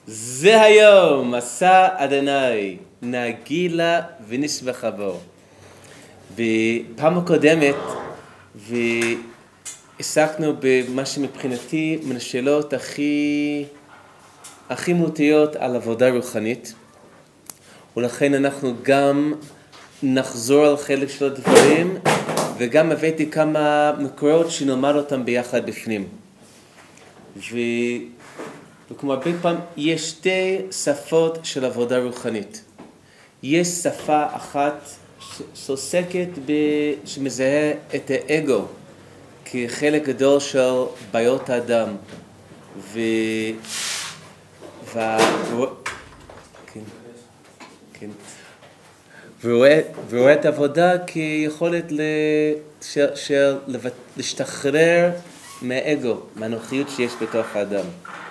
זה היום, עשה אדוני, נגילה ונשמחה בו. בפעם הקודמת, ועסקנו במה שמבחינתי מן השאלות הכי מהותיות על עבודה רוחנית, ולכן אנחנו גם נחזור על חלק של הדברים, וגם הבאתי כמה מקורות שנלמד אותם ביחד בפנים. וכמו הרבה פעם, יש שתי שפות של עבודה רוחנית. יש שפה אחת שעוסקת שמזהה את האגו כחלק גדול של בעיות האדם. ורואה את העבודה כיכולת להשתחרר מהאגו, מהנוחיות שיש בתוך האדם.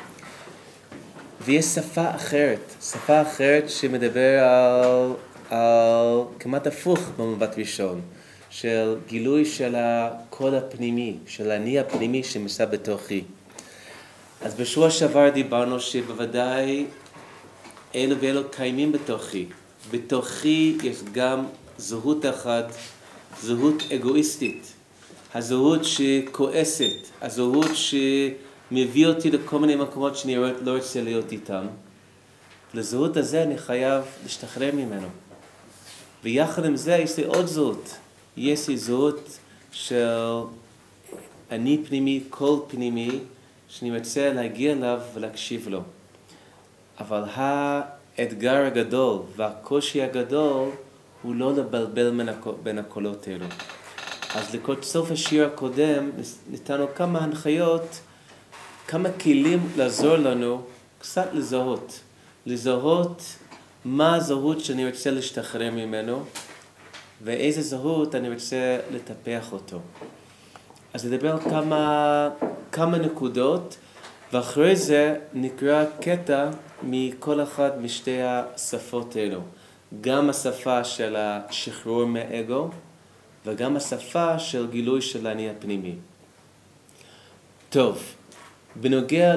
ויש שפה אחרת שמדבר על כמעט הפוך במבט ראשון, של גילוי של הקול הפנימי, של האני הפנימי שמסע בתוכי. אז בשבוע שעבר דיברנו שבוודאי אלו ואלו קיימים בתוכי. בתוכי יש גם זהות אחת, זהות אגואיסטית, הזהות שכועסת, הזהות שמביא אותי לכל מיני מקומות שאני לא רוצה להיות איתם. לזהות הזה אני חייב להשתחרר ממנו. ויחד עם זה יש לי עוד זהות. יש לי זהות של אני פנימי, קול פנימי, שאני רוצה להגיע אליו ולהקשיב לו. אבל האתגר הגדול והקושי הגדול הוא לא לבלבל בין הקולות האלו. אז לקראת סוף השיר הקודם ניתנו כמה הנחיות, כמה כלים לעזור לנו קצת לזהות מה הזהות שאני רוצה להשתחרר ממנו, ואיזה זהות אני רוצה לטפח אותו. אז נדבר על כמה נקודות, ואחרי זה נקרא קטע מכל אחד משתי השפות האלו. גם השפה של השחרור מהאגו, וגם השפה של גילוי של האני הפנימי. טוב, בנוגע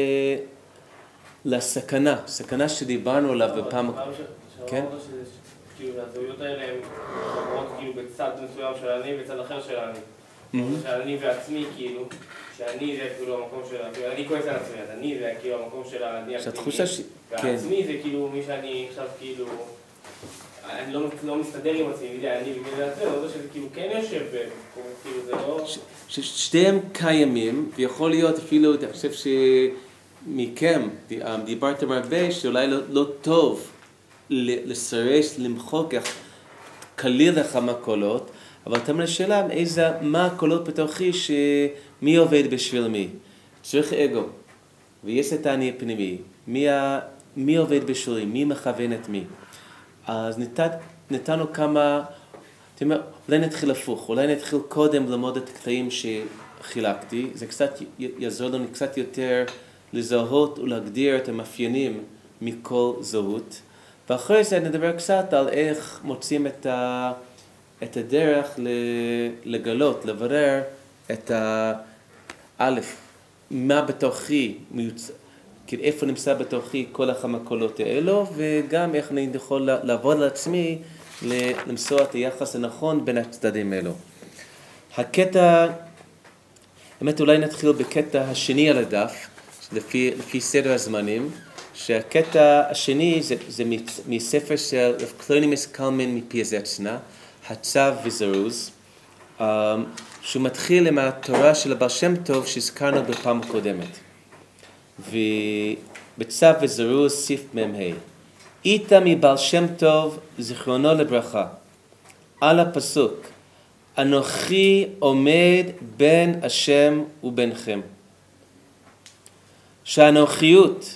סכנה שדיברנו עליו בפעם... כן? כאילו, הזהויות האלה הן חוברות כאילו בצד מסוים של אני ובצד אחר של אני. שאני ועצמי כאילו, שאני זה כאילו המקום של... אני כועס על עצמי, אז אני זה כאילו המקום של האני הפנימי. והעצמי זה כאילו מי שאני עכשיו כאילו... אני לא מסתדר עם עצמי, אני בגלל זה עצמי, אבל שזה כאילו כן יושב כאילו זה לא... ששתיהם קיימים, ויכול להיות אפילו, אני חושב שמכם דיברתם הרבה, שאולי לא טוב לסרש, למחוק, קליל לך מהקולות, אבל תמיד השאלה, מה הקולות בתוכי שמי עובד בשביל מי? צריך אגו, ויש את האני הפנימי, מי עובד בשבילי, מי מכוון את מי? אז נתנו כמה, אולי נתחיל הפוך, אולי נתחיל קודם ללמוד את הקטעים שחילקתי, זה קצת יעזור לנו קצת יותר לזהות ולהגדיר את המאפיינים מכל זהות, ואחרי זה נדבר קצת על איך מוצאים את הדרך לגלות, לברר את מה בתוכי, איפה נמצא בתוכי כל הקולות האלו, וגם איך אני יכול לעבוד על עצמי למצוא את היחס הנכון בין הצדדים האלו. הקטע, באמת אולי נתחיל בקטע השני על הדף, לפי סדר הזמנים, שהקטע השני זה מספר של רב קלונימוס קלמן מפיאזצנה, הצו וזירוז, שהוא מתחיל עם התורה של הבעל שם טוב שהזכרנו בפעם הקודמת. ובצו וזירוז סעיף מ"ה. איתה מבעל שם טוב זיכרונו לברכה, על הפסוק, אנוכי עומד בין השם וביניכם. שהאנוכיות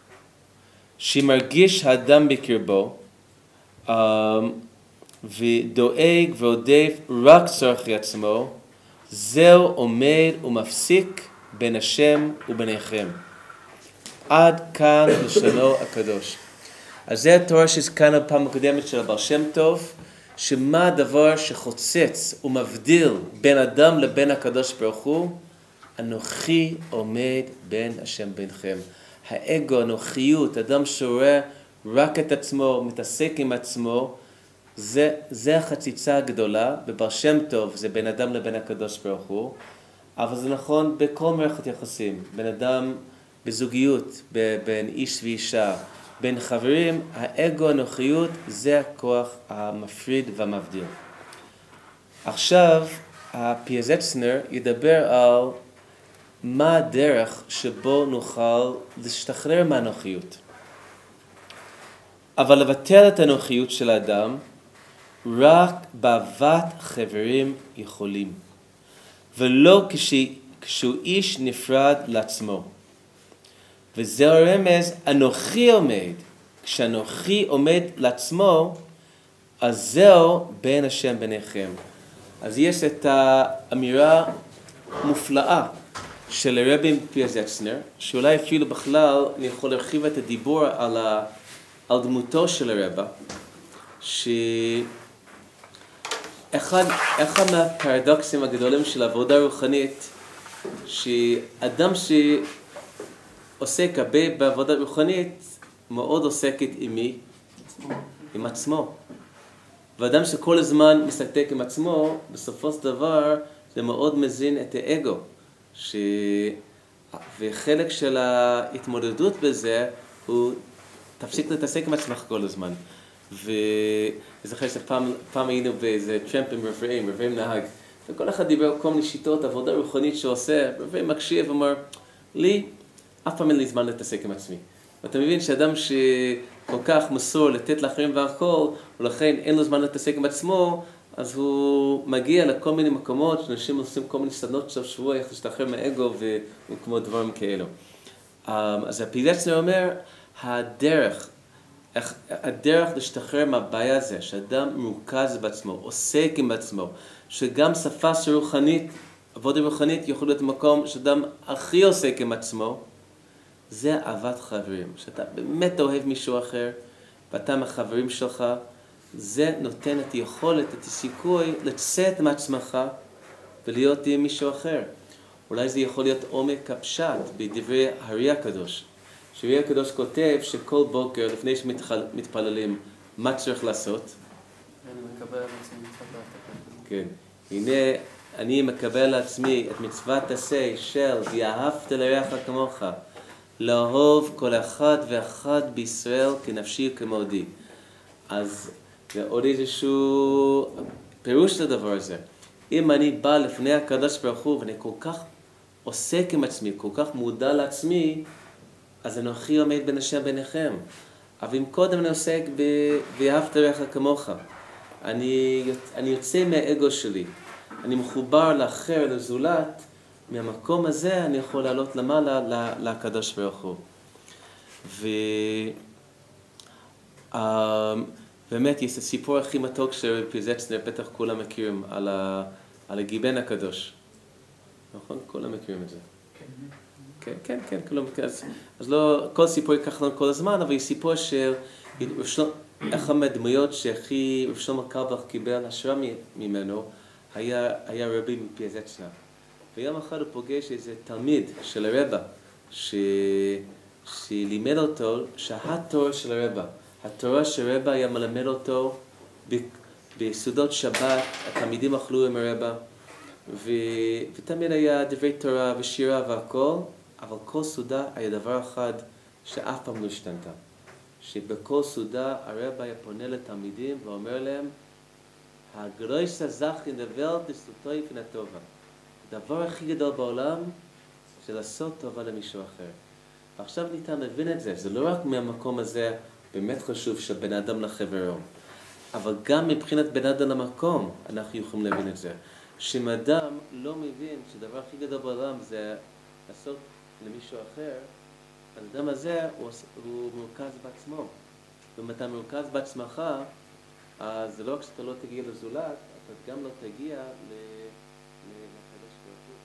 שמרגיש האדם בקרבו, ודואג ועודף רק צורכי עצמו, זהו עומד ומפסיק בין השם וביניכם. עד כאן לשונו הקדוש. אז זה התורה שהזכרנו בפעם הקודמת של הבעל שם טוב, שמה הדבר שחוצץ ומבדיל בין אדם לבין הקדוש ברוך הוא? אנוכי עומד בין השם ביניכם. האגו, הנוחיות, אדם שרואה רק את עצמו, מתעסק עם עצמו, זה החציצה הגדולה, בבר שם טוב זה בין אדם לבין הקדוש ברוך הוא, אבל זה נכון בכל מערכת יחסים, בין אדם בזוגיות, בין איש ואישה, בין חברים, האגו, הנוחיות, זה הכוח המפריד והמבדיל. עכשיו, הפיאזצנר ידבר על מה הדרך שבו נוכל להשתחרר מהנוחיות. אבל לבטל את הנוחיות של האדם, רק באהבת חברים יכולים, ולא כשהוא איש נפרד לעצמו. וזה הרמז, אנוכי עומד. כשאנוכי עומד לעצמו, אז זהו בין השם ביניכם. אז יש את האמירה מופלאה של הרבי פיאזצנר, שאולי אפילו בכלל אני יכול להרחיב את הדיבור על דמותו של הרבה, אחד מהפרדוקסים הגדולים של עבודה רוחנית, שאדם שעוסק הרבה בעבודה רוחנית, מאוד עוסקת עם מי? עם עצמו. ואדם שכל הזמן מסתק עם עצמו, בסופו של דבר זה מאוד מזין את האגו. וחלק של ההתמודדות בזה הוא תפסיק להתעסק עם עצמך כל הזמן. וזוכר שפעם היינו באיזה טרמפ עם רבי נהג, וכל אחד דיבר כל מיני שיטות, עבודה רוחנית שעושה, רבי מקשיב ואומר, לי אף פעם אין לי זמן להתעסק עם עצמי. ואתה מבין שאדם שכל כך מסור לתת לאחרים והכל, ולכן אין לו זמן להתעסק עם עצמו, אז הוא מגיע לכל מיני מקומות שאנשים עושים כל מיני סדנות של שבוע, איך להשתחרר מהאגו וכמו דברים כאלו. אז הפיאזצנר אומר, הדרך להשתחרר מהבעיה הזה, שאדם מרוכז בעצמו, עוסק עם עצמו, שגם שפה רוחנית, עבודה רוחנית יכול להיות מקום שאדם הכי עוסק עם עצמו, זה אהבת חברים. שאתה באמת אוהב מישהו אחר, ואתה מהחברים שלך, זה נותן את היכולת, את הסיכוי לצאת מעצמך ולהיות עם מישהו אחר. אולי זה יכול להיות עומק הפשט בדברי הארי הקדוש. שהארי הקדוש כותב שכל בוקר לפני שמתפללים, מה צריך לעשות? אני מקבל על עצמי מצוות העשה. כן. הנה אני מקבל על עצמי את מצוות עשה של ואהבת לרעך כמוך. לאהוב כל אחד ואחד בישראל כנפשי וכמאודי. אז זה עוד איזשהו פירוש לדבר הזה. אם אני בא לפני הקדוש ברוך הוא ואני כל כך עוסק עם עצמי, כל כך מודע לעצמי, אז אנוכי עומד בין השם ביניכם. אבל אם קודם אני עוסק ואהבת לרעך כמוך, אני יוצא מהאגו שלי, אני מחובר לאחר, לזולת, מהמקום הזה אני יכול לעלות למעלה לקדוש ברוך הוא. באמת יש הסיפור הכי מתוק של פיאזצנר, בטח כולם מכירים, על הגיבן הקדוש. נכון? כולם מכירים את זה. כן, כולם מכירים. אז לא, כל סיפור ייקח לנו כל הזמן, אבל יש סיפור של אחד מהדמויות שהכי רב שלמה קרליבך קיבל השראה ממנו, היה רבי מפיאזצנר. ויום אחד הוא פוגש איזה תלמיד של הרבה, שלימד אותו שהתורה של הרבה, התורה של הרבה היה מלמד אותו ביסודות שבת, התלמידים אכלו עם הרבה, ותמיד היה דברי תורה ושירה והכל, אבל כל סעודה היה דבר אחד שאף פעם לא השתנתה. שבכל סעודה הרבה היה פונה לתלמידים ואומר להם, הגרויסה זכין דבלת לסוטוי פני טובה. הדבר הכי גדול בעולם זה לעשות טובה למישהו אחר. ועכשיו ניתן להבין את זה. זה לא רק מהמקום הזה באמת חשוב של בן אדם לחברו, אבל גם מבחינת בן אדם למקום אנחנו יכולים להבין את זה. שאם אדם לא מבין שהדבר הכי גדול בעולם זה לעשות למישהו אחר, האדם הזה הוא מרוכז בעצמו. ואם אתה מרוכז בעצמך, אז זה לא רק שאתה לא תגיע לזולת, אתה גם לא תגיע לקדוש ברוך הוא.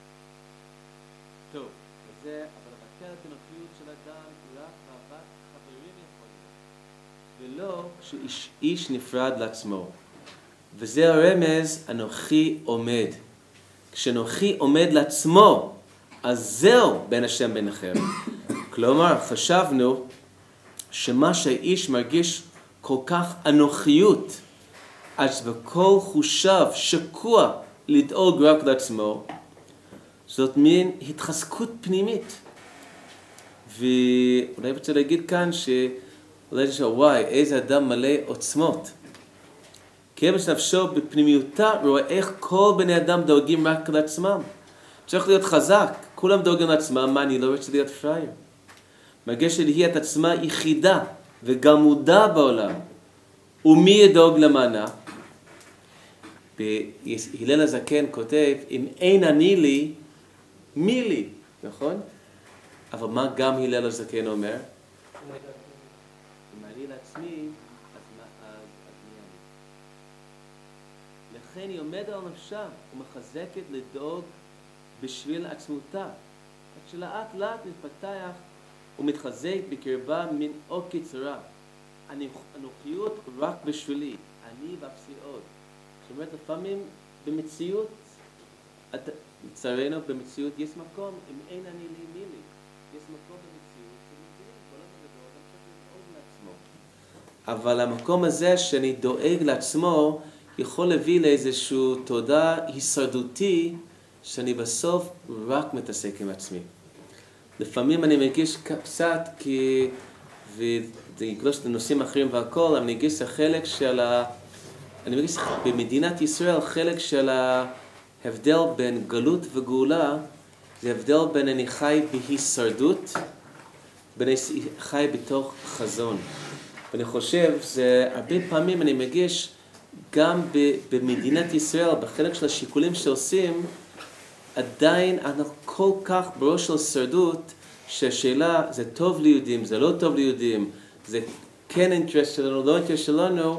טוב, וזה, אבל לבטל את הנוחיות של אדם רק באהבת חברים יכולים, ולא כשהוא איש נפרד לעצמו. וזה הרמז, אנוכי עומד. כשאנוכי עומד לעצמו, אז זהו בין השם ביניכם. כלומר, חשבנו שמה שהאיש מרגיש כל כך אנוכיות, אז בכל חושיו שקוע לדאוג רק לעצמו, זאת מין התחזקות פנימית. ואולי רוצה להגיד כאן אולי תשאל, וואי, איזה אדם מלא עוצמות. כיוון שנפשו בפנימיותה רואה איך כל בני אדם דואגים רק לעצמם. צריך להיות חזק, כולם דואגים לעצמם, מה אני לא רוצה להיות פרייר. מרגיש שהיא את עצמה יחידה וגלמודה בעולם. ומי ידאוג למענה? הלל הזקן כותב, אם אין אני לי, מי לי? נכון? אבל מה גם הלל הזקן אומר? אם אני לעצמי, אז מי אני? לכן היא עומדת על נפשה ומחזקת לדאוג בשביל עצמותה. עד שלאט לאט מתפתח ומתחזק בקרבה מן אור קצרה. אנוכיות רק בשבילי, אני ואפסי עוד. זאת אומרת, לפעמים במציאות, לצערנו במציאות יש מקום, אם אין אני לי מי לי. יש מקום במציאות שמציעים בעולם הגדול, גם צריך לדאוג לעצמו. אבל המקום הזה שאני דואג לעצמו, יכול להביא לאיזושהי תודעה הישרדותי, שאני בסוף רק מתעסק עם עצמי. לפעמים אני מרגיש קצת וזה יגלוש לנושאים אחרים והכל, אני מרגיש החלק של אני מרגיש במדינת ישראל חלק של ההבדל בין גלות וגאולה, זה הבדל בין אני חי בהישרדות, בין אני חי בתוך חזון. ואני חושב, זה הרבה פעמים אני מרגיש גם במדינת ישראל, בחלק של השיקולים שעושים, עדיין אנחנו כל כך בראש של שרדות, שהשאלה זה טוב ליהודים, זה לא טוב ליהודים, זה כן אינטרס שלנו, לא אינטרס שלנו,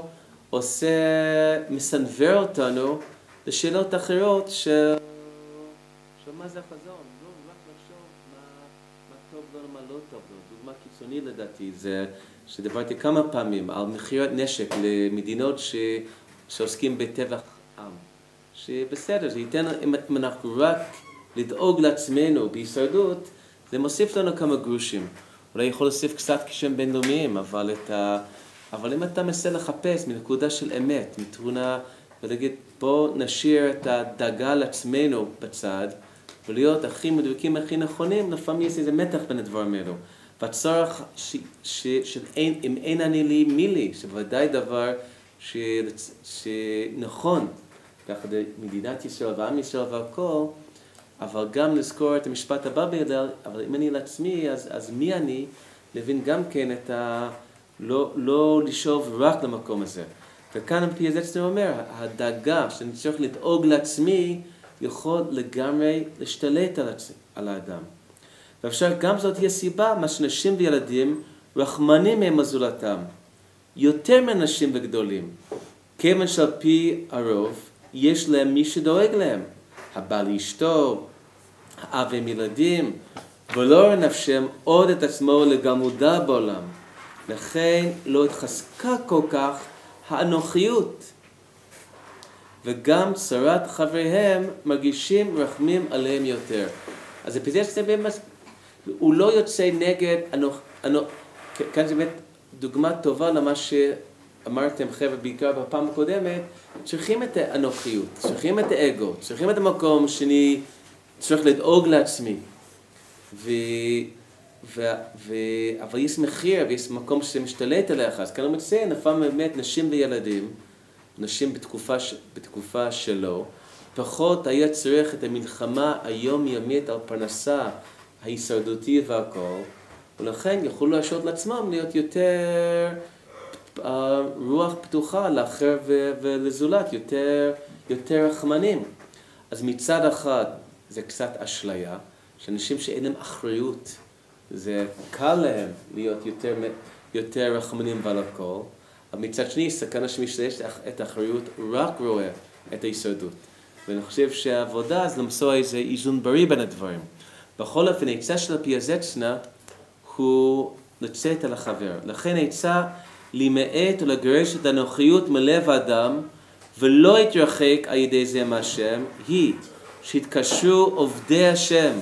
מסנבר אותנו לשאלות אחרות של מה זה החזון, לא רק לחשוב מה טוב לנו, מה לא טוב לנו. דוגמה קיצוני לדעתי, זה שדיברתי כמה פעמים על מכירת נשק למדינות שעוסקים בטבח עם. שבסדר, זה ייתן, אם אנחנו רק לדאוג לעצמנו בהישרדות, זה מוסיף לנו כמה גרושים. אולי יכול להוסיף קצת קשרים בינלאומיים, אבל אם אתה מנסה לחפש מנקודה של אמת, מתבונה, ולהגיד, בוא נשאיר את הדאגה לעצמנו בצד, ולהיות הכי מדויקים, הכי נכונים, לפעמים יש איזה מתח בין הדברים האלו. והצורך אם אין אני לי, מי לי, שבוודאי דבר שנכון, ככה מדינת ישראל ועם ישראל והכל, אבל גם לזכור את המשפט הבא בהלל, אבל אם אני לעצמי, אז מי אני? להבין גם כן את לא לשאוב רק למקום הזה. וכאן פיאזצנר אומר, הדאגה שאני צריך לדאוג לעצמי, יכול לגמרי להשתלט על האדם. ואפשר גם זאת היא הסיבה, מה שנשים וילדים רחמנים מהם הזולתם, יותר מאנשים וגדולים. כיוון שעל פי הרוב, יש להם מי שדואג להם. הבעל אשתו, האב עם ילדים, ולא נפשם עוד את עצמו לגלמודה בעולם. לכן לא התחזקה כל כך האנוכיות. וגם צרת חבריהם מרגישים רחמים עליהם יותר. אז הוא לא יוצא נגד, כאן זה באמת דוגמה טובה למה שאמרתם חבר'ה בעיקר בפעם הקודמת, צריכים את האנוכיות, צריכים את האגו, צריכים את המקום שאני צריך לדאוג לעצמי. אבל יש מחיר ויש מקום שמשתלט עליך, אז כאן הוא מציין, לפעמים באמת נשים וילדים, נשים בתקופה שלו, פחות היה צריך את המלחמה היומיומית על פרנסה ההישרדותי והכל, ולכן יכולו להרשות לעצמם להיות יותר רוח פתוחה לאחר ולזולת, יותר רחמנים. אז מצד אחד זה קצת אשליה, שאנשים שאין להם אחריות, זה קל להם להיות יותר רחמנים ועל הכל, אבל מצד שני, סכנה שמשתמש את האחריות רק רואה את ההישרדות. ואני חושב שהעבודה זה למצוא איזה איזון בריא בין הדברים. בכל אופן, העצה של פיאזצנה הוא לצאת על החבר. לכן העצה למעט ולגרש את האנוכיות מלב האדם, ולא יתרחק על ידי זה מהשם, היא שהתקשרו עובדי השם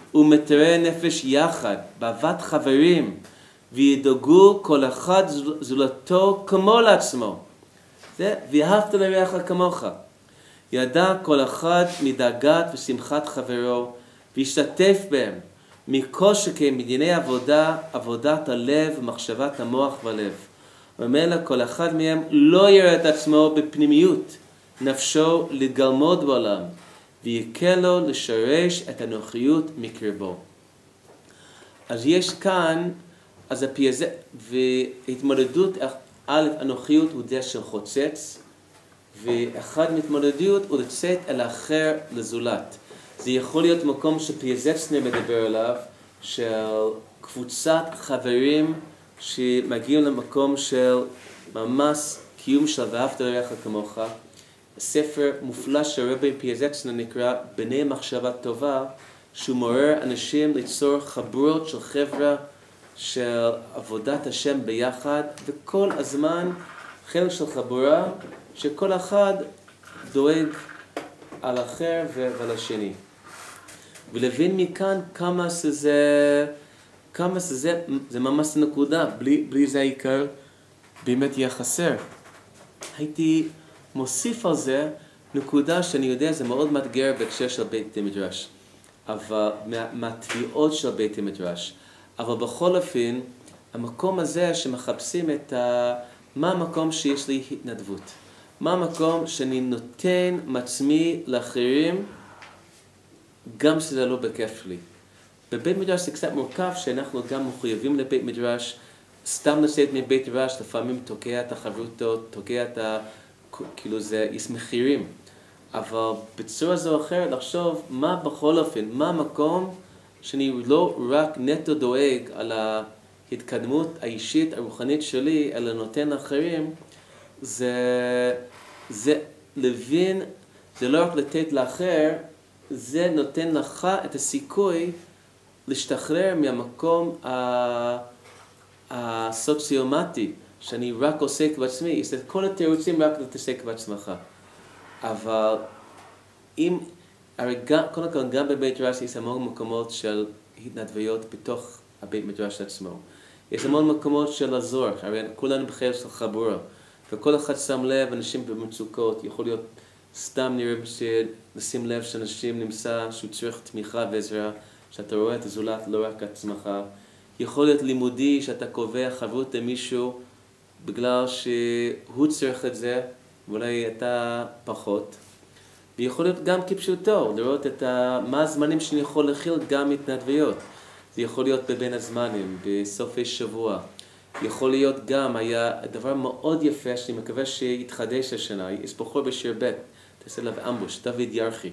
ומטרי נפש יחד, באהבת חברים, וידאגו כל אחד זולתו כמו לעצמו. זה, ואהבת לרעך כמוך. ידע כל אחד מדאגת ושמחת חברו, והשתתף בהם, מכל שכן מדיני עבודה, עבודת הלב ומחשבת המוח והלב. וממילא כל אחד מהם לא יראה את עצמו בפנימיות נפשו לגלמוד בעולם, ויקל לו לשרש את הנוחיות מקרבו. אז יש כאן, אז והתמודדות, א', הנוחיות הוא דרך של חוצץ, ואחד מהתמודדות הוא לצאת אל האחר לזולת. זה יכול להיות מקום שפיאזצנר מדבר עליו, של קבוצת חברים שמגיעים למקום של ממש קיום של ואהבת לרעך כמוך. ספר מופלא של רבי פיאזצנר נקרא בני מחשבה טובה, שהוא מעורר אנשים ליצור חברות של חברה של עבודת השם ביחד, וכל הזמן חלק של חבורה שכל אחד דואג על אחר ועל השני. ולהבין מכאן כמה שזה ממש נקודה, בלי זה העיקר באמת יהיה חסר. הייתי מוסיף על זה נקודה שאני יודע זה מאוד מאתגר בהקשר של בית המדרש, אבל מהתביעות של בית המדרש. אבל בכל אופן, המקום הזה שמחפשים מה המקום שיש לי התנדבות. מה המקום שאני נותן מעצמי לאחרים, גם שזה לא בכיף לי. בבית מדרש זה קצת מורכב שאנחנו גם מחויבים לבית מדרש, סתם לצאת מבית מדרש, לפעמים תוקע את החברותות, תוקע את כאילו זה, יש מחירים. אבל בצורה זו או אחרת לחשוב מה בכל אופן, מה המקום שאני לא רק נטו דואג על ההתקדמות האישית, הרוחנית שלי, אלא נותן לאחרים, זה להבין, זה לא רק לתת לאחר, זה נותן לך את הסיכוי להשתחרר מהמקום הסוציומטי, שאני רק עוסק בעצמי, יש את כל התירוצים רק להתעסק בעצמך. אבל קודם כל גם בבית מדרש יש המון מקומות של התנדבויות בתוך הבית מדרש עצמו. יש המון מקומות של לעזור, הרי כולנו בחיר של חבורה, וכל אחד שם לב, אנשים במצוקות, יכול להיות סתם נראה לשים לב שאנשים נמצא שהוא צריך תמיכה ועזרה, שאתה רואה את הזולת לא רק עצמך. יכול להיות לימודי שאתה קובע חברות למישהו בגלל שהוא צריך את זה, ואולי אתה פחות. ויכול להיות גם כפשוטו, לראות מה הזמנים שאני יכול להכיל גם התנדבויות. זה יכול להיות בבין הזמנים, בסופי שבוע. יכול להיות גם, היה דבר מאוד יפה שאני מקווה שיתחדש השנה, יש בחור בשיר ב', תעשה עליו אמבוש, דוד ירחי.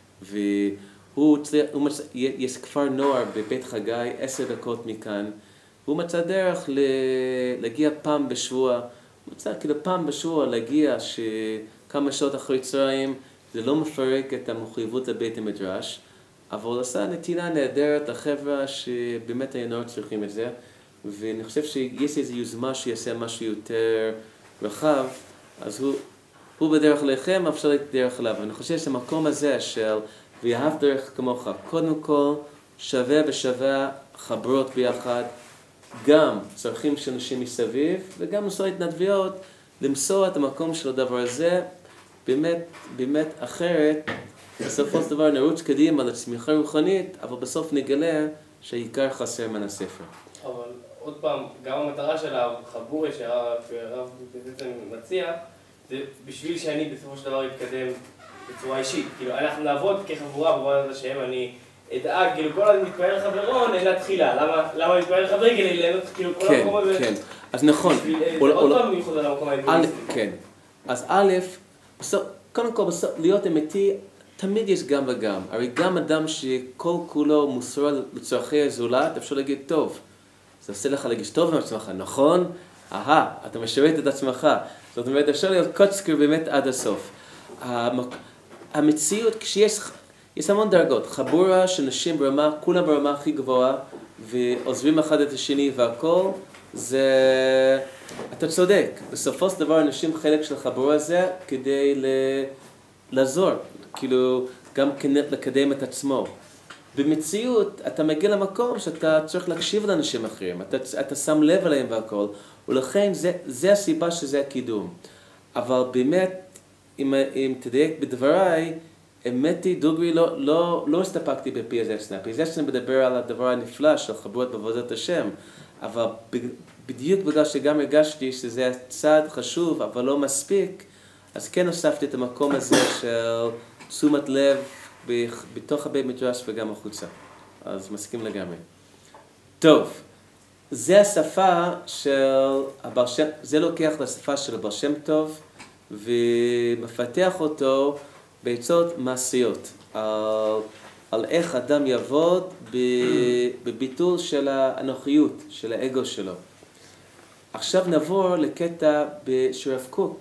יש כפר נוער בבית חגי, 10 דקות מכאן, והוא מצא דרך להגיע פעם בשבוע, פעם בשבוע להגיע שכמה שעות אחרי צהריים, זה לא מפרק את המחויבות לבית המדרש, אבל הוא עשה נתינה נהדרת לחבר'ה שבאמת היינו צריכים את זה, ואני חושב שיש איזו יוזמה שיעשה משהו יותר רחב, אז הוא בדרך לכם, אפשר לדרך אליו. ואני חושב שהמקום הזה של ואהבת דרך כמוך, קודם כל שווה בשווה חברות ביחד, גם צרכים של אנשים מסביב, וגם לעשות התנדבויות, למצוא את המקום של הדבר הזה, באמת אחרת, בסופו של דבר נרוץ קדימה לצמיחה רוחנית, אבל בסוף נגלה שהעיקר חסר מן הספר. אבל עוד פעם, גם המטרה של החבורה שהרב בעצם מציע, זה בשביל שאני בסופו של דבר אתקדם בצורה אישית. כאילו, אנחנו נעבוד כחבורה במובן הזה שהם, אני אדאג, כאילו, כל הזמן מתפעל לחברו, נהנה תחילה. למה מתפעל לחברי? כדי ליהנות, כאילו, כל המקום הזה... כן, אז נכון. עוד פעם מיוחד על המקום האינטואיסטי. כן. אז א', קודם כל, להיות אמיתי, תמיד יש גם וגם. הרי גם אדם שכל כולו מוסר לצורכי הזולת, אפשר להגיד, טוב, זה עושה לך להגיש טוב עם עצמך, נכון? אתה משרת את עצמך. זאת אומרת, אפשר להיות קוצקר באמת עד הסוף. המציאות, כשיש המון דרגות, חבורה של נשים ברמה, כולם ברמה הכי גבוהה, ועוזבים אחד את השני והכל, זה... אתה צודק. בסופו של דבר, אנשים חלק של חבורה הזה כדי לעזור, כאילו, גם לקדם את עצמו. במציאות אתה מגיע למקום שאתה צריך להקשיב לאנשים אחרים, אתה שם לב עליהם והכל, ולכן זה הסיבה שזה הקידום. אבל באמת, אם תדייק בדבריי, האמת היא, דוגרי, לא הסתפקתי בפייזצנה. פייזצנה מדבר על הדבר הנפלא של חברות בעבודת השם, אבל בדיוק בגלל שגם הרגשתי שזה צעד חשוב, אבל לא מספיק, אז כן הוספתי את המקום הזה של תשומת לב בתוך הבית מדרש וגם החוצה. אז מסכים לגמרי. טוב, זה השפה של הבעל שם, זה לוקח לשפה של הבעל שם טוב, ומפתח אותו בעצות מעשיות, על איך אדם יעבוד בביטול של האנוכיות, של האגו שלו. עכשיו נעבור לקטע של רב קוק,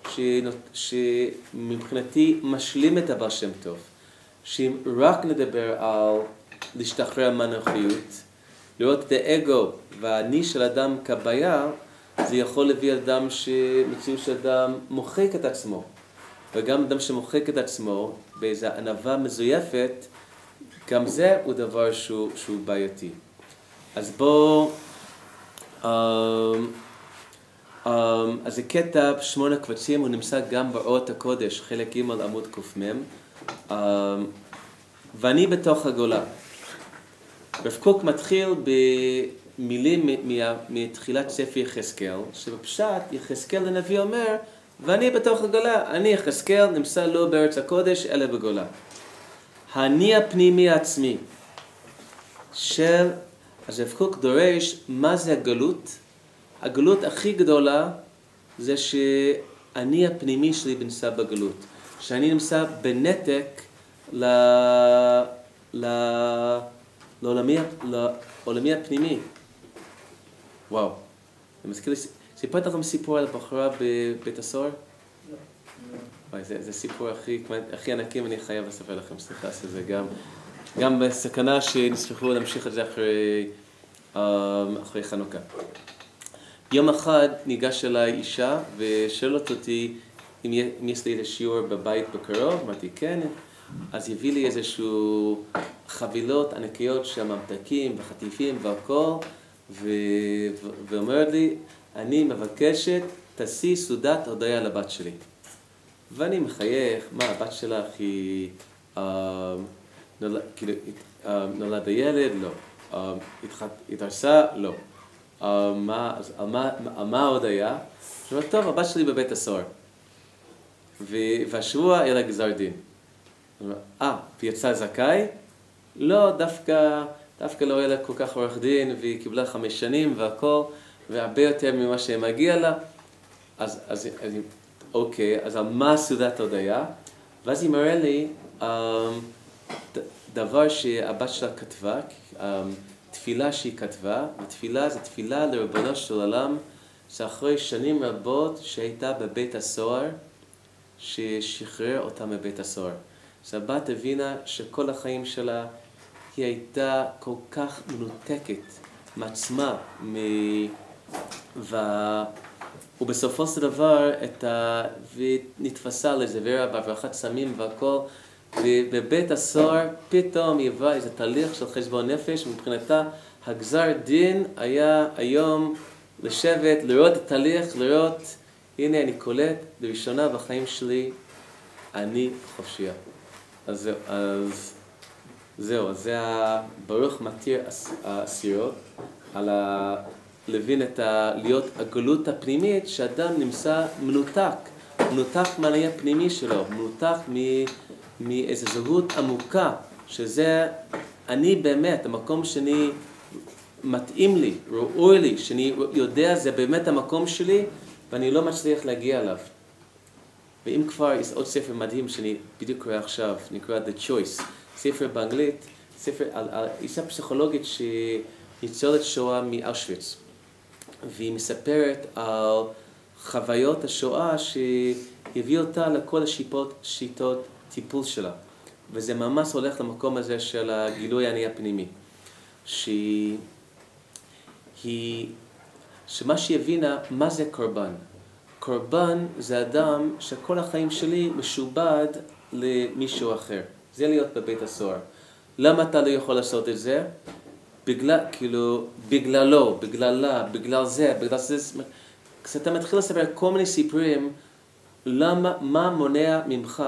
שמבחינתי משלים את הבעל שם טוב. שאם רק נדבר על להשתחרר מהאנוכיות, לראות את האגו והאני של אדם כבעיה, זה יכול להביא אדם מציאות שאדם מוחק את עצמו. וגם אדם שמוחק את עצמו באיזו ענווה מזויפת, גם זה הוא דבר שהוא בעייתי. אז בואו, אז זה קטע 8 קבצים, הוא נמצא גם באורות הקודש, חלק ג' עמוד קמ"ם. ואני בתוך הגולה. רב קוק מתחיל במילים מתחילת ספר יחזקאל, שבפשט יחזקאל הנביא אומר, ואני בתוך הגולה, אני יחזקאל נמצא לא בארץ הקודש אלא בגולה. האני הפנימי העצמי אז רב קוק דורש מה זה הגלות. הגלות הכי גדולה זה שאני הפנימי שלי נמצא בגלות. שאני נמצא בנתק לעולמי הפנימי. וואו. זה מזכיר לי, סיפרת לכם סיפור על הבחורה בבית הסוהר? וואי, זה סיפור הכי ענקים, אני חייב לספר לכם, סליחה, שזה גם בסכנה שנספחו להמשיך את זה אחרי חנוכה. יום אחד ניגש אליי אישה ושאלת אותי אם יש לי שיעור בבית בקרוב, אמרתי כן, אז הביא לי איזשהו חבילות ענקיות של ממתקים וחטיפים והכל, ואומרת לי, אני מבקשת, תעשי סעודת הודיה לבת שלי. ואני מחייך, מה, הבת שלך היא נולד הילד? לא. התארסה? לא. על מה עוד היה? שאומרת, טוב, הבת שלי בבית הסוהר. והשבוע היה לה גזר דין. ויצא זכאי? לא, דווקא לא היה לה כל כך עורך דין, והיא קיבלה 5 שנים והכל, והרבה יותר ממה שמגיע לה. אז אוקיי, אז על מה סעודת הודיה? ואז היא מראה לי דבר שהבת שלה כתבה, תפילה שהיא כתבה, ותפילה זה תפילה לריבונו של עולם, שאחרי שנים רבות שהייתה בבית הסוהר, ששחרר אותה מבית הסוהר. אז הבת הבינה שכל החיים שלה היא הייתה כל כך מנותקת מעצמה, ובסופו של דבר ונתפסה לזוורה בהברחת סמים והכל, ובבית הסוהר פתאום היא עברה איזה תהליך של חשבון נפש, מבחינתה הגזר דין היה היום לשבת, לראות את התהליך, לראות, הנה אני קולט, לראשונה בחיים שלי, אני חופשייה. אז זהו, זה ברוך מתיר הסירות, על להבין להיות הגלות הפנימית, שאדם נמצא מנותק מהעניין הפנימי שלו, מנותק מאיזו זהות עמוקה, שזה אני באמת, המקום שאני מתאים לי, ראוי לי, שאני יודע זה באמת המקום שלי, ואני לא מצליח להגיע אליו. ואם כבר, יש עוד ספר מדהים שאני בדיוק קורא עכשיו, נקרא The Choice, ספר באנגלית, ספר על אישה פסיכולוגית שניצולת שואה מאושוויץ, והיא מספרת על חוויות השואה שהביא אותה לכל השיטות טיפול שלה. וזה ממש הולך למקום הזה של הגילוי העני הפנימי. שמה שהיא הבינה, מה זה קורבן? קורבן זה אדם שכל החיים שלי משובד למישהו אחר. זה להיות בבית הסוהר. למה אתה לא יכול לעשות את זה? כאילו, בגללו, בגללה, בגלל זה. כשאתה מתחיל לספר כל מיני סיפורים, מה מונע ממך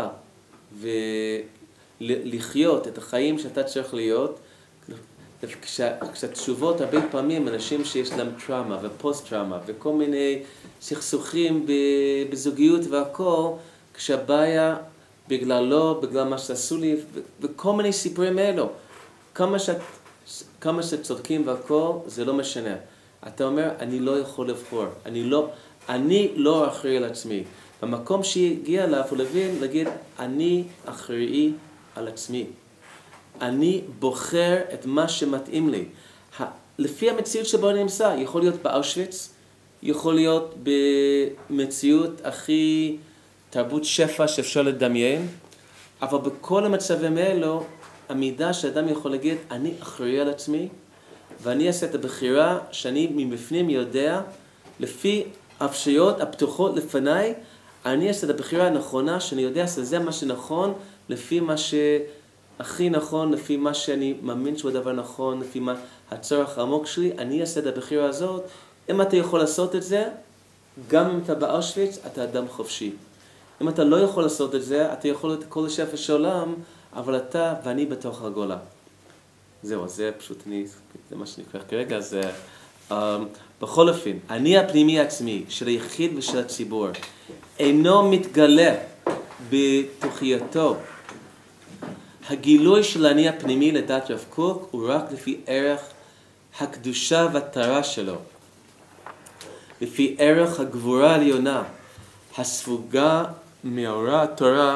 ולחיות את החיים שאתה צריך להיות, כשהתשובות הרבה פעמים אנשים שיש להם טראומה ופוסט-טראומה וכל מיני סכסוכים בזוגיות והכל, כשהבעיה בגללו, בגלל מה שעשו לי, וכל מיני סיפורים אלו. כמה שצודקים והכל, זה לא משנה. אתה אומר, אני לא יכול לבחור, אני לא אחראי על עצמי. במקום שהגיע אליו הוא להגיד, אני אחראי על עצמי. אני בוחר את מה שמתאים לי. לפי המציאות שבו אני נמצא, יכול להיות באושוויץ, יכול להיות במציאות הכי תרבות שפע שאפשר לדמיין, אבל בכל המצבים האלו, המידע שאדם יכול להגיד, אני אחראי על עצמי, ואני אעשה את הבחירה שאני מבפנים יודע, לפי האפשרויות הפתוחות לפניי, אני אעשה את הבחירה הנכונה, שאני יודע שזה מה שנכון, לפי מה שהכי נכון, לפי מה שאני מאמין שהוא הדבר נכון, לפי מה הצורך העמוק שלי, אני אעשה את הבחירה הזאת. אם אתה יכול לעשות את זה, גם אם אתה באושוויץ, אתה אדם חופשי. אם אתה לא יכול לעשות את זה, אתה יכול להיות כל השפע של עולם, אבל אתה ואני בתוך הגולה. זהו, זה פשוט זה מה שנקרא כרגע, זה... בכל אופן, אני הפנימי עצמי של היחיד ושל הציבור, אינו מתגלה בתוכייתו. הגילוי של אני הפנימי לדעת רב קוק הוא רק לפי ערך הקדושה והטהרה שלו. לפי ערך הגבורה העליונה, הספוגה מאורה התורה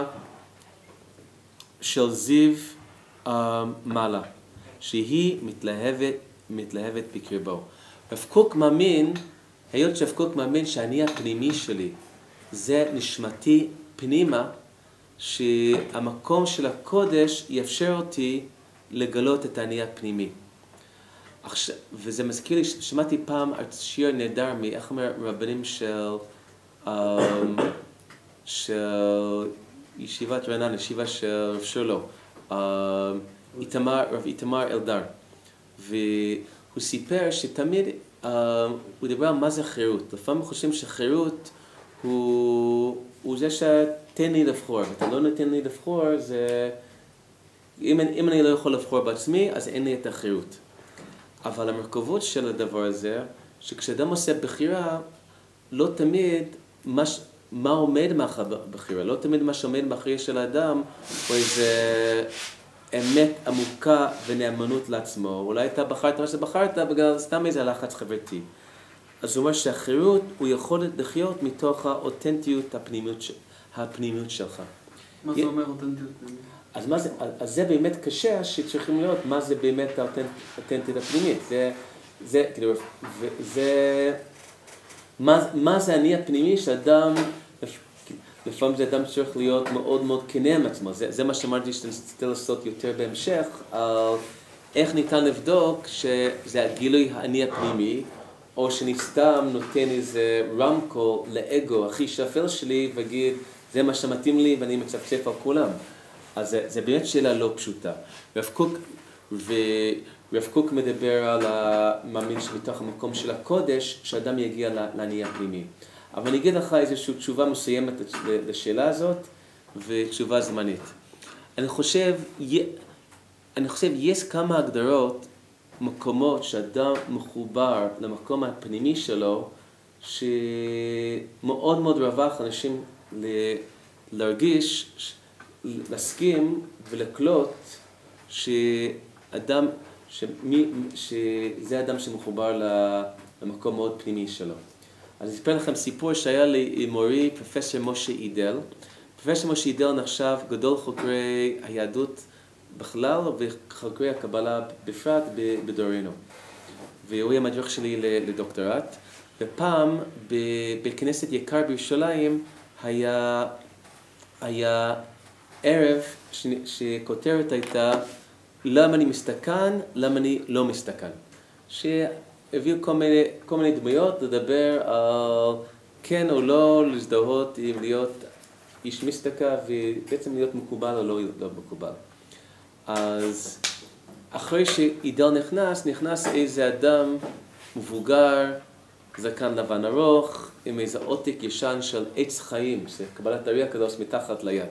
של זיו מעלה, שהיא מתלהבת בקרבו. רב קוק מאמין, היות שרב קוק מאמין שאני הפנימי שלי, זה נשמתי פנימה, שהמקום של הקודש יאפשר אותי לגלות את אני הפנימי. וזה מזכיר לי, שמעתי פעם שיר נהדר מאיך אומר רבנים של ישיבת רעננה, ישיבה של רב שרלו, רב איתמר אלדר. והוא סיפר שתמיד הוא דיבר על מה זה חירות. לפעמים חושבים שחירות הוא זה שתן לי לבחור, ואתה לא נותן לי לבחור, זה... אם אני לא יכול לבחור בעצמי, אז אין לי את החירות. אבל המרכבות של הדבר הזה, שכשאדם עושה בחירה, לא תמיד מה עומד מאחורי בחירה, לא תמיד מה שעומד מאחורי של האדם, הוא איזה אמת עמוקה ונאמנות לעצמו. אולי אתה בחרת מה שבחרת בגלל סתם איזה לחץ חברתי. אז הוא אומר שהחירות הוא יכול לחיות מתוך האותנטיות הפנימיות שלך. מה זה אומר אותנטיות פנימית? אז זה באמת קשה שצריכים לראות מה זה באמת האותנטיות הפנימית. מה זה אני הפנימי שאדם, לפעמים זה אדם צריך להיות מאוד מאוד כנה עם עצמו. זה מה שאמרתי שתנסה לעשות יותר בהמשך, על איך ניתן לבדוק שזה הגילוי אני הפנימי, או שאני סתם נותן איזה רמקול לאגו הכי שפל שלי וגיד, זה מה שמתאים לי ואני מצפצף על כולם. אז זה באמת שאלה לא פשוטה. רב קוק מדבר על המאמין שמתוך המקום של הקודש, שאדם יגיע לאני הפנימי. אבל אני אגיד לך איזושהי תשובה מסוימת לשאלה הזאת, ותשובה זמנית. אני חושב יש כמה הגדרות, מקומות שאדם מחובר למקום הפנימי שלו, שמאוד מאוד רווח אנשים להרגיש, להסכים ולקלוט שזה אדם שמחובר למקום מאוד פנימי שלו. אז אני אספר לכם סיפור שהיה לי עם מורי, פרופסור משה אידל. פרופסור משה אידל נחשב גדול חוקרי היהדות בכלל וחוקרי הקבלה בפרט בדורנו. והוא היה מדריך שלי לדוקטורט. ופעם בכנסת יקר בירושלים היה ערב שכותרת הייתה למה אני מסתכן, למה אני לא מסתכן. שהביאו כל מיני דמויות לדבר על כן או לא, להזדהות עם להיות איש מסתכה ובעצם להיות מקובל או לא מקובל. אז אחרי שעידל נכנס איזה אדם מבוגר, זקן לבן ארוך, עם איזה עותק ישן של עץ חיים, שקבלת הארי הקדוש מתחת ליד.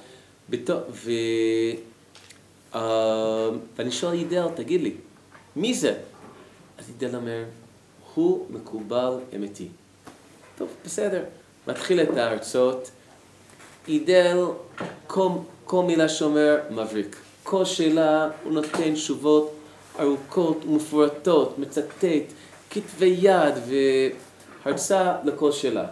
ואני שואל עידל, תגיד לי, מי זה? אז עידל אומר, הוא מקובל אמיתי. טוב, בסדר. מתחיל את ההרצאות. עידל, כל מילה שאומר, מבריק. כל שאלה הוא נותן תשובות ארוכות ומפורטות, מצטט, כתבי יד והרצאה לכל שאלה.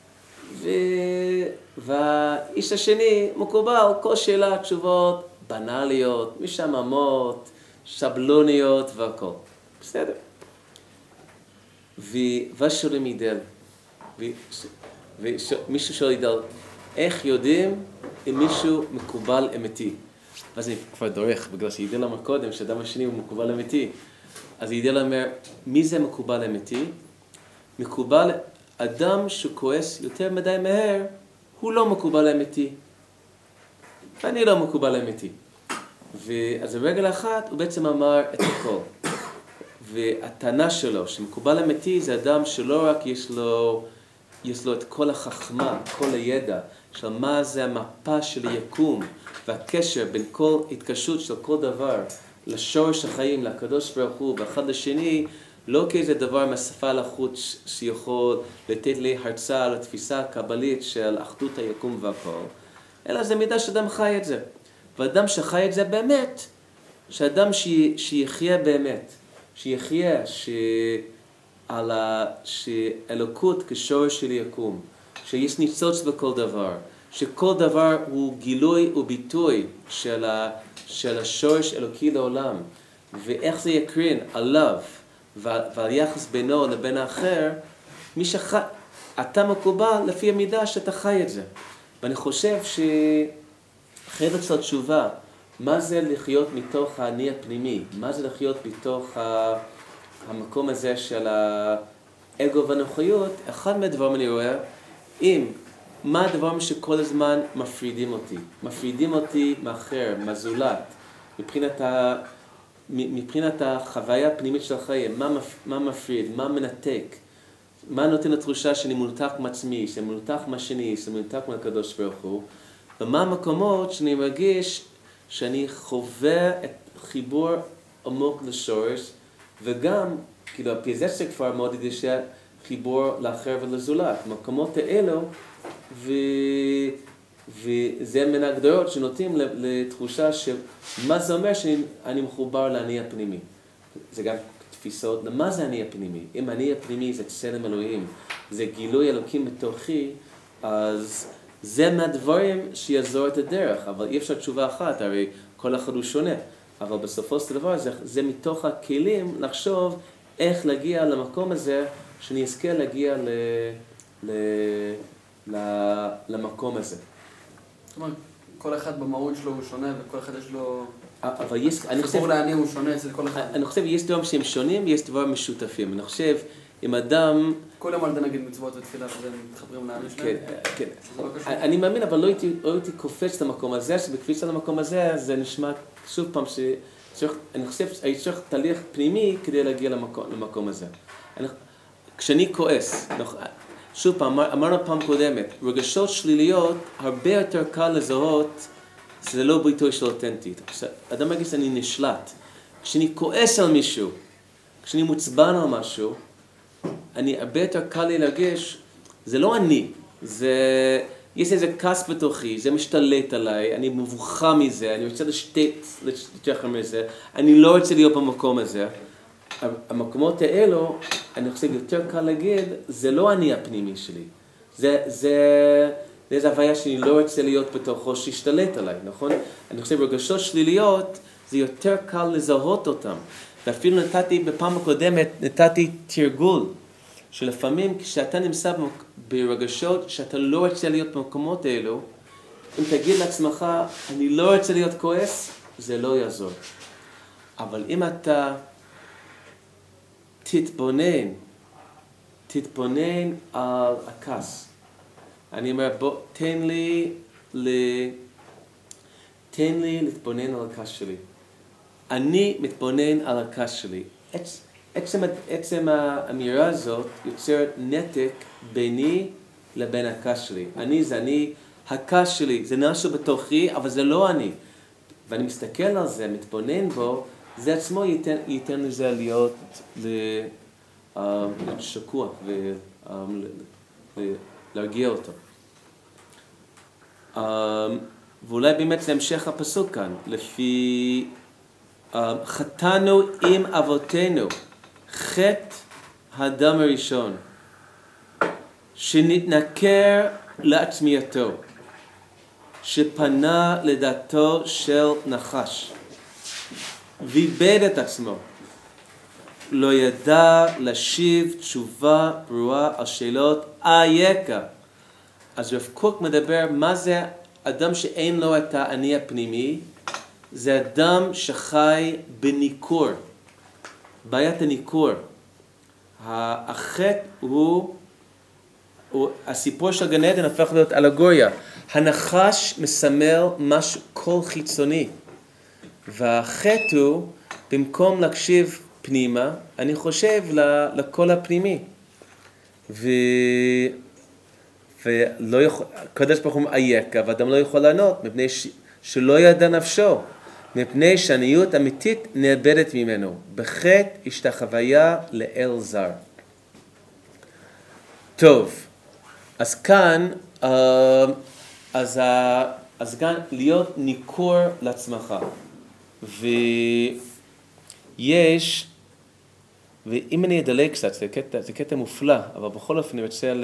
והאיש השני מקובל כל שאלה תשובות בנאליות, משעממות, שבלוניות והכל. בסדר. ושואלים עידל, ומישהו שואל עידל, איך יודעים אם מישהו מקובל אמיתי? אז אני כבר דורך, בגלל שעידל אמר קודם שהאדם השני הוא מקובל אמיתי. אז עידל אומר, מי זה מקובל אמיתי? מקובל אדם שכועס יותר מדי מהר, הוא לא מקובל אמיתי. ואני לא מקובל אמיתי. אז ברגל אחת הוא בעצם אמר את הכל. והטענה שלו, שמקובל אמיתי זה אדם שלא רק יש לו את כל החכמה, כל הידע, של מה זה המפה של היקום, והקשר בין כל התקשרות של כל דבר, לשורש החיים, לקדוש ברוך הוא, ואחד לשני, לא כאיזה דבר מהשפה לחוץ שיכול לתת לי הרצאה על התפיסה הקבלית של אחדות היקום והכל, אלא זה מידע שאדם חי את זה. ואדם שחי את זה באמת, שאדם שיחיה באמת, שיחיה שאלוקות כשורש של יקום, שיש ניצוץ בכל דבר, שכל דבר הוא גילוי וביטוי של השורש אלוקי לעולם, ואיך זה יקרין עליו ועל יחס בינו לבין האחר, אתה מקובל לפי המידה שאתה חי את זה. ואני חושב שחלק של התשובה, מה זה לחיות מתוך האני הפנימי? מה זה לחיות מתוך המקום הזה של האגו והנוחיות? אחד מהדברים אני רואה, מה הדברים שכל הזמן מפרידים אותי מאחר, מהזולת, מבחינת החוויה הפנימית של החיים, מה מפריד, מה מנתק, מה נותן לתחושה שאני מנותק מעצמי, שאני מנותק מהשני, שאני מנותק מהקדוש ברוך הוא, ומה המקומות שאני מרגיש שאני חווה את חיבור עמוק לשורש, וגם, כאילו, הפיזסיה כבר מאוד ידישה חיבור לאחר ולזולת. מקומות האלו, וזה מן ההגדרות שנותנים לתחושה שמה זה אומר שאני מחובר לאני הפנימי. זה גם תפיסות, למה זה אני הפנימי? אם אני הפנימי זה צלם אלוהים, זה גילוי אלוקים בתוכי, אז זה מהדברים שיעזור את הדרך, אבל אי אפשר תשובה אחת, הרי כל אחד הוא שונה. אבל בסופו של דבר זה מתוך הכלים לחשוב איך להגיע למקום הזה, שאני אזכה להגיע למקום הזה. זאת אומרת, כל אחד במהות שלו הוא שונה, וכל אחד יש לו... אבל יש... חיבור לעני הוא שונה אצל כל אחד. אני חושב, יש דברים שהם שונים, יש דברים משותפים. אני חושב, אם אדם... כולם על זה נגיד מצוות ותפילה, וזה מתחברים לעני שלהם. כן. אני מאמין, אבל לא הייתי קופץ למקום הזה, שבקפיץ למקום הזה, זה נשמע שוב פעם אני חושב, הייתי צריך תהליך פנימי כדי להגיע למקום הזה. כשאני כועס, שוב פעם, אמרנו פעם קודמת, רגשות שליליות הרבה יותר קל לזהות, זה לא ביטוי של אותנטית. אדם מרגיש שאני נשלט. כשאני כועס על מישהו, כשאני מוצבן על משהו, הרבה יותר קל לי להרגיש, זה לא אני, יש איזה כעס בתוכי, זה משתלט עליי, אני מבוכה מזה, אני רוצה לשתך מזה, אני לא רוצה להיות במקום הזה. המקומות האלו, אני חושב יותר קל להגיד, זה לא אני הפנימי שלי. זה הוויה שאני לא רוצה להיות בתוכו שישתלט עליי, נכון? אני חושב רגשות שליליות, זה יותר קל לזהות אותם. ואפילו בפעם הקודמת, נתתי תרגול, שלפעמים כשאתה נמצא ברגשות שאתה לא רוצה להיות במקומות האלו, אם תגיד לעצמך, אני לא רוצה להיות כועס, זה לא יעזור. אבל אם אתה תתבונן על הכעס. אני אומר, בוא, תן לי להתבונן על הכעס שלי. אני מתבונן על הכעס שלי. עצם האמירה הזאת יוצרת נתק ביני לבין הכעס שלי. זה אני, הכעס שלי, זה משהו בתוכי, אבל זה לא אני. ואני מסתכל על זה, מתבונן בו, זה עצמו ייתן לזה להיות שקוע ולהרגיע אותו. ואולי באמת זה המשך הפסוק כאן, לפי חטאנו עם אבותינו, חטא האדם הראשון, שנתנכר לעצמייתו, שפנה לדעתו של נחש, ואיבד את עצמו, לא ידע להשיב תשובה ברורה על שאלות אייכה. אז רב קוק מדבר מה זה אדם שאין לו את האני הפנימי, זה אדם שחי בניכור, בעיית הניכור. החטא הוא הסיפור של גן עדן הפך להיות אלגוריה. הנחש מסמל משהו קול חיצוני, והחטא הוא במקום להקשיב פנימה, אני חושב לקול הפנימי. ולא יכול, קדוש ברוך הוא אייכה, ואדם לא יכול לענות, מפני שלא ידע נפשו, מפני שעניות אמיתית נאבדת ממנו. בחטא השתחוויה לאל זר. טוב, אז כאן, אז כאן להיות ניכור לעצמך. ויש, ואם אני אדלג קצת, זה קטע מופלא, אבל בכל אופן אני רוצה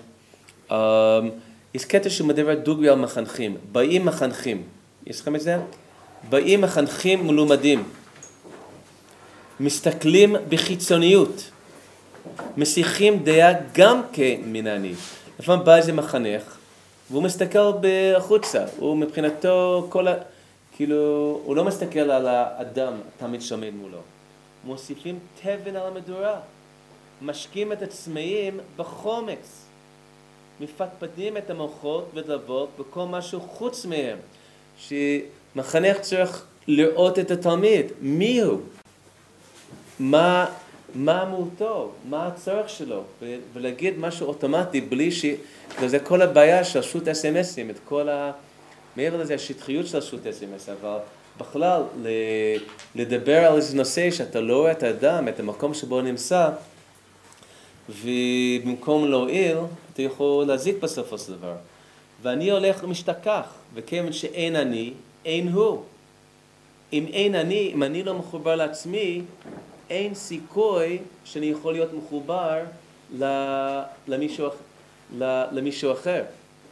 יש קטע שמדבר דוגרי על מחנכים. באים מחנכים. יש לכם את זה? באים מחנכים מלומדים. מסתכלים בחיצוניות. מסיחים דעה גם כמנעני. לפעמים בא איזה מחנך, והוא מסתכל בחוצה. הוא מבחינתו כאילו, הוא לא מסתכל על האדם תמיד שעומד מולו. מוסיפים תבן על המדורה. משקים את עצמאים בחומץ. מפטפטים את המוחות ולבות בכל משהו חוץ מהם. שמחנך צריך לראות את התלמיד. מי הוא? מה מהותו? מה הצורך שלו? ולהגיד משהו אוטומטי בלי זה כל הבעיה של שו"ת אס.אם.אסים, את כל מעבר לזה השטחיות של שו"ת אס.אם.אס, אבל בכלל לדבר על איזה נושא שאתה לא רואה את האדם, את המקום שבו נמצא, ובמקום להועיל, אתה יכול להזיק בסופו של דבר. ואני הולך ומשתכח, וכיוון שאין אני, אין הוא. אם אין אני, אם אני לא מחובר לעצמי, אין סיכוי שאני יכול להיות מחובר למישהו אחר.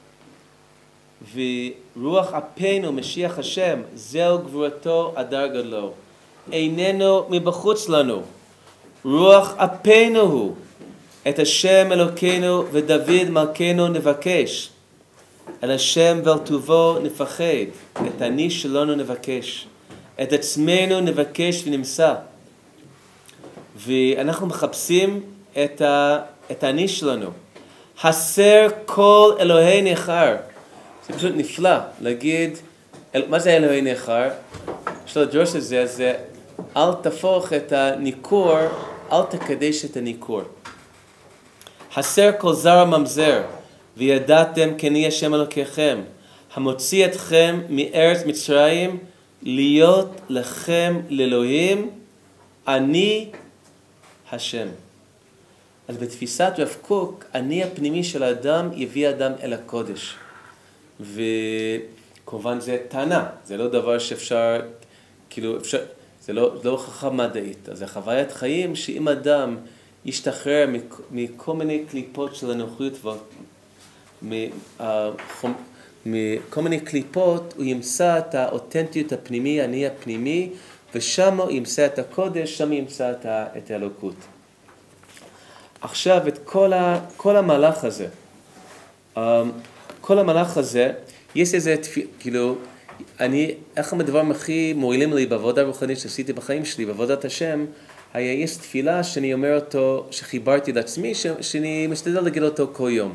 ורוח אפינו, משיח השם, זהו גבורתו הדר גדלו. איננו מבחוץ לנו. רוח אפינו הוא. את השם אלוקינו ודוד מלכנו נבקש. אל השם ואל טובו נפחד. את אני שלנו נבקש. את עצמנו נבקש ונמצא. ואנחנו מחפשים את האני שלנו. הסר כל אלוהי נחר. זה פשוט נפלא להגיד, מה זה אלוהי נחר? יש לו דרוש את זה אל תפוך את הניכור, אל תקדש את הניכור. הסר כל זר ממזר, וידעתם כי אני השם אלוקיכם, המוציא אתכם מארץ מצרים, להיות לכם לאלוהים, אני השם. אז בתפיסת רב קוק, אני הפנימי של האדם יביא אדם אל הקודש. וכמובן זה טענה, זה לא דבר שאפשר, כאילו אפשר, זה לא הוכחה מדעית. אז זה חוויית חיים שאם אדם ישתחרר מכל מיני קליפות של הנוחיות, מכל מיני קליפות, הוא ימצא את האותנטיות הפנימי, אני הפנימי, ושם הוא ימצא את הקודש, שם הוא ימצא את האלוקות. עכשיו, את כל המהלך הזה, יש איזה, כאילו, אחד הדברים הכי מועילים לי בעבודה רוחנית שעשיתי בחיים שלי, בעבודת השם, יש תפילה שאני אומר אותו, שחיברתי לעצמי, שאני משתדל להגיד אותו כל יום.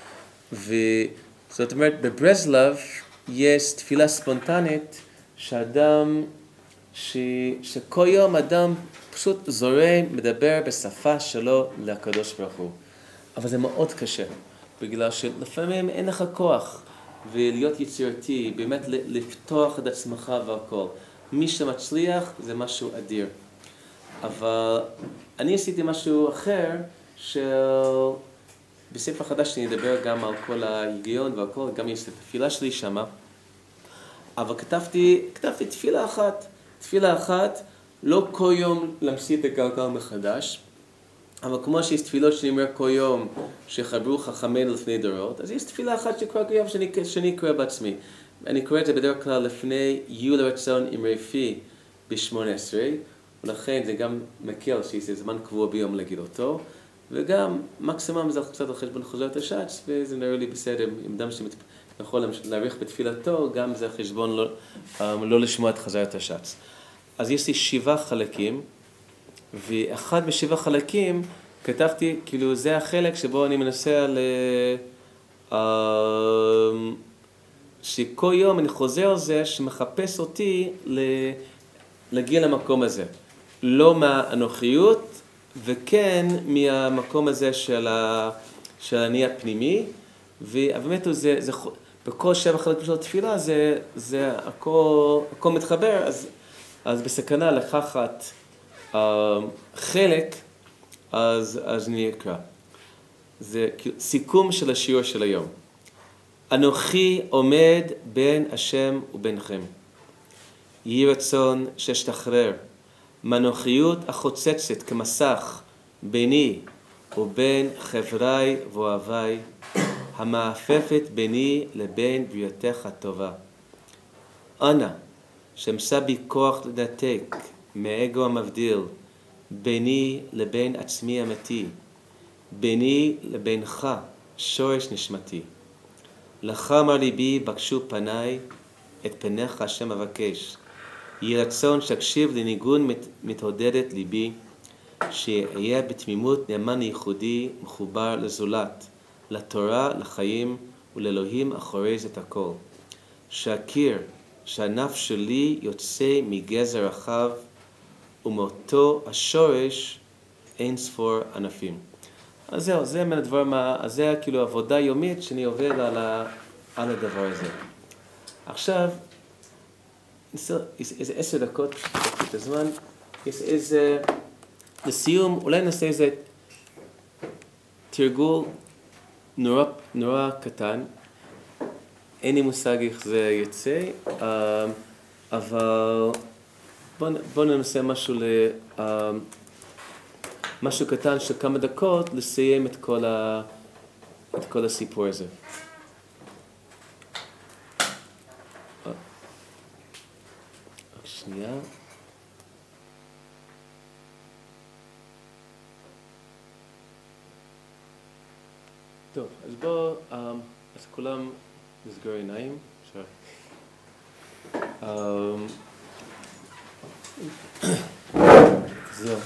וזאת אומרת, בברסלב יש תפילה ספונטנית, שכל יום אדם פשוט זורם, מדבר בשפה שלו לקדוש ברוך הוא. אבל זה מאוד קשה, בגלל שלפעמים אין לך כוח, ולהיות יצירתי, באמת לפתוח את עצמך והכל. מי שמצליח זה משהו אדיר. אבל אני עשיתי משהו אחר, בספר חדש אני אדבר גם על כל ההיגיון והכל, גם יש את התפילה שלי שמה. אבל כתבתי תפילה אחת, לא כל יום להמציא את הגלגל מחדש, אבל כמו שיש תפילות שאני אומר כל יום שחברו חכמינו לפני דורות, אז יש תפילה אחת שקורא כל יום שאני קורא בעצמי. אני קורא את זה בדרך כלל לפני יהיו לרצון עם רפי ב-18, ולכן זה גם מקל שיש זמן קבוע ביום להגיד אותו, וגם מקסימום זה קצת על חשבון חזרת השץ, וזה נראה לי בסדר, עם אדם שיכול להאריך בתפילתו, גם זה חשבון לא לשמוע את חזרת השץ. אז יש לי 7 חלקים, ואחד מ7 חלקים כתבתי, כאילו זה החלק שבו אני מנסה שכל יום אני חוזר על זה שמחפש אותי להגיע למקום הזה. לא מהאנוכיות, וכן מהמקום הזה של אני הפנימי, ובאמת בכל 7 חלקים של התפילה זה הכל מתחבר, אז בסכנה לקחת חלק, אז אני אקרא. זה סיכום של השיעור של היום. אנוכי עומד בין השם ובינכם. יהי רצון שאשתחרר מהנוחיות החוצצת כמסך ביני ובין חבריי ואוהביי, המעפפת ביני לבין בריאתך הטובה. אנא, שאמצא בי כוח לנתק מאגו המבדיל ביני לבין עצמי אמיתי, ביני לבינך שורש נשמתי. לך אמר ליבי בקשו פניי, את פניך השם אבקש. יהי רצון שתקשיב לניגון מתעודדת ליבי, שיהיה בתמימות נאמן ייחודי מחובר לזולת, לתורה, לחיים ולאלוהים אחורי את הכל. שאכיר שהנפש שלי יוצא מגזר רחב, ומאותו השורש אין ספור ענפים. אז זהו, זה מן הדבר, זה כאילו עבודה יומית שאני עובד על הדבר הזה. עכשיו, איזה 10 דקות, פשוט את הזמן, יש איזה, לסיום, אולי נעשה איזה תרגול נורא קטן. אין לי מושג איך זה יצא, אבל בואו ננסה משהו קטן של כמה דקות לסיים את כל הסיפור הזה. רק שנייה. טוב, אז בואו, אז כולם נסגור עיניים. זהו.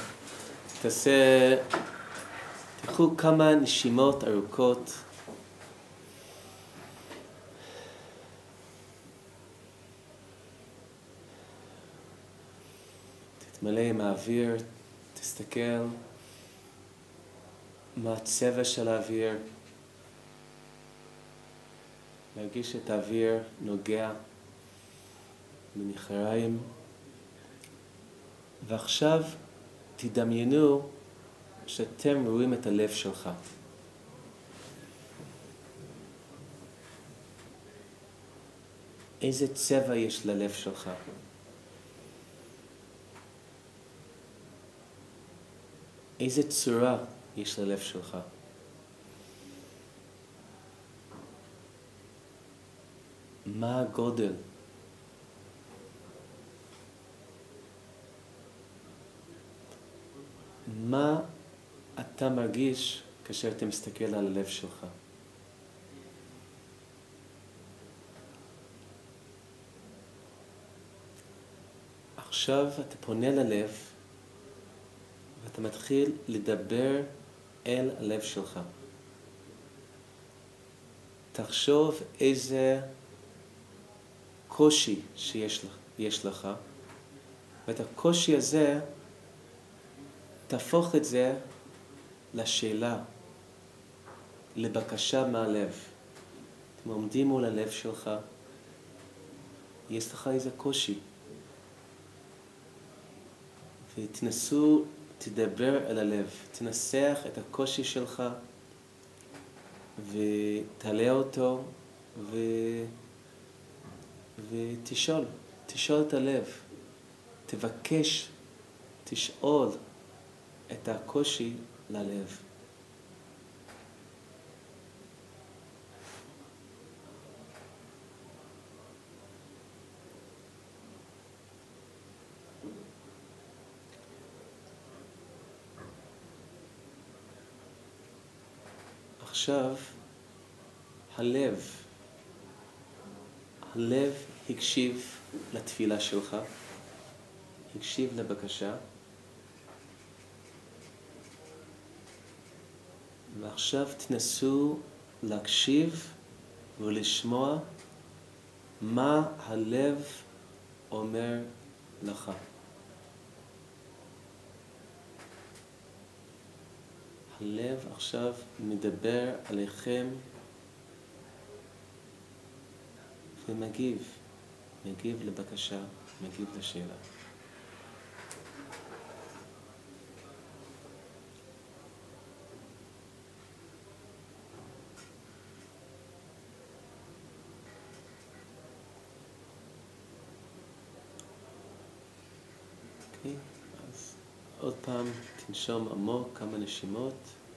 תיקחו כמה נשימות ארוכות. תתמלא עם האוויר, תסתכל מה הצבע של האוויר. להרגיש את האוויר נוגע בנחיריים. ועכשיו תדמיינו שאתם רואים את הלב שלך. איזה צבע יש ללב שלך? איזה צורה יש ללב שלך? מה הגודל? מה אתה מרגיש כאשר אתה מסתכל על הלב שלך? עכשיו אתה פונה ללב ואתה מתחיל לדבר אל הלב שלך. תחשוב איזה קושי שיש לך, ואת הקושי הזה, תהפוך את זה לשאלה, לבקשה מהלב. אתם עומדים מול הלב שלך, יש לך איזה קושי. ותנסו, תדבר אל הלב, תנסח את הקושי שלך, ותעלה אותו, ותשאל, תשאל את הלב. תבקש, תשאול את הקושי ללב. עכשיו, הלב הקשיב לתפילה שלך, הקשיב לבקשה, ועכשיו תנסו להקשיב ולשמוע מה הלב אומר לך. הלב עכשיו מדבר עליכם ומגיב, מגיב לבקשה, מגיב לשאלה. אוקיי, אז עוד פעם תנשום עמוק, כמה נשימות.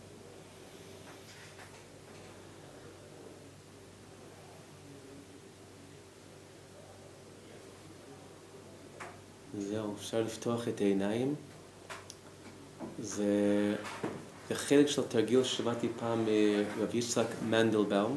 זהו, אפשר לפתוח את העיניים. זה חלק של תרגיל ששמעתי פעם מרב יצחק מנדלבאום.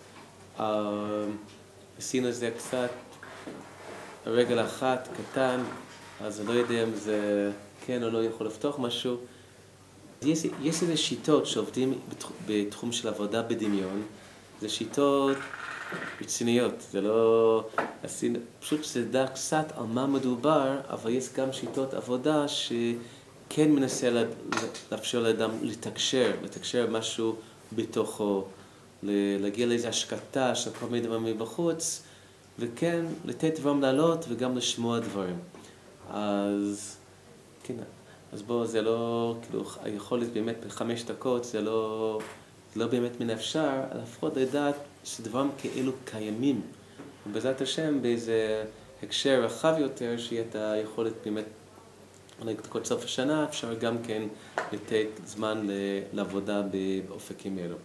עשינו את זה קצת רגל אחת, קטן, אז אני לא יודע אם זה כן או לא יכול לפתוח משהו. יש איזה שיטות שעובדים בתחום של עבודה בדמיון. זה שיטות רציניות, זה לא... פשוט זה דע קצת על מה מדובר, אבל יש גם שיטות עבודה שכן מנסה לאפשר לאדם לתקשר משהו בתוכו, להגיע לאיזו השקטה של כל מיני דברים מבחוץ, וכן לתת דברים לעלות וגם לשמוע דברים. אז כן, אז בואו, זה לא, כאילו, היכולת באמת ב5 דקות, זה לא באמת מן אפשר, לפחות לדעת שדברים כאלו קיימים. ובעזרת השם, באיזה הקשר רחב יותר, שיהיה את היכולת באמת, לקראת סוף השנה, אפשר גם כן לתת זמן לעבודה באופקים אלו.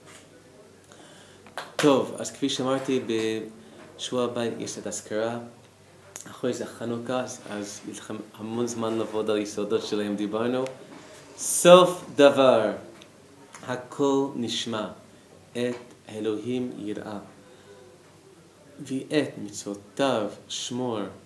טוב, אז כפי שאמרתי, בשבוע הבא יש את הזכרה, אחרי זה חנוכה, אז יש לכם המון זמן לעבוד על היסודות שלהם דיברנו. סוף דבר, הכל נשמע, את אלוהים יראה, ואת מצוותיו שמור.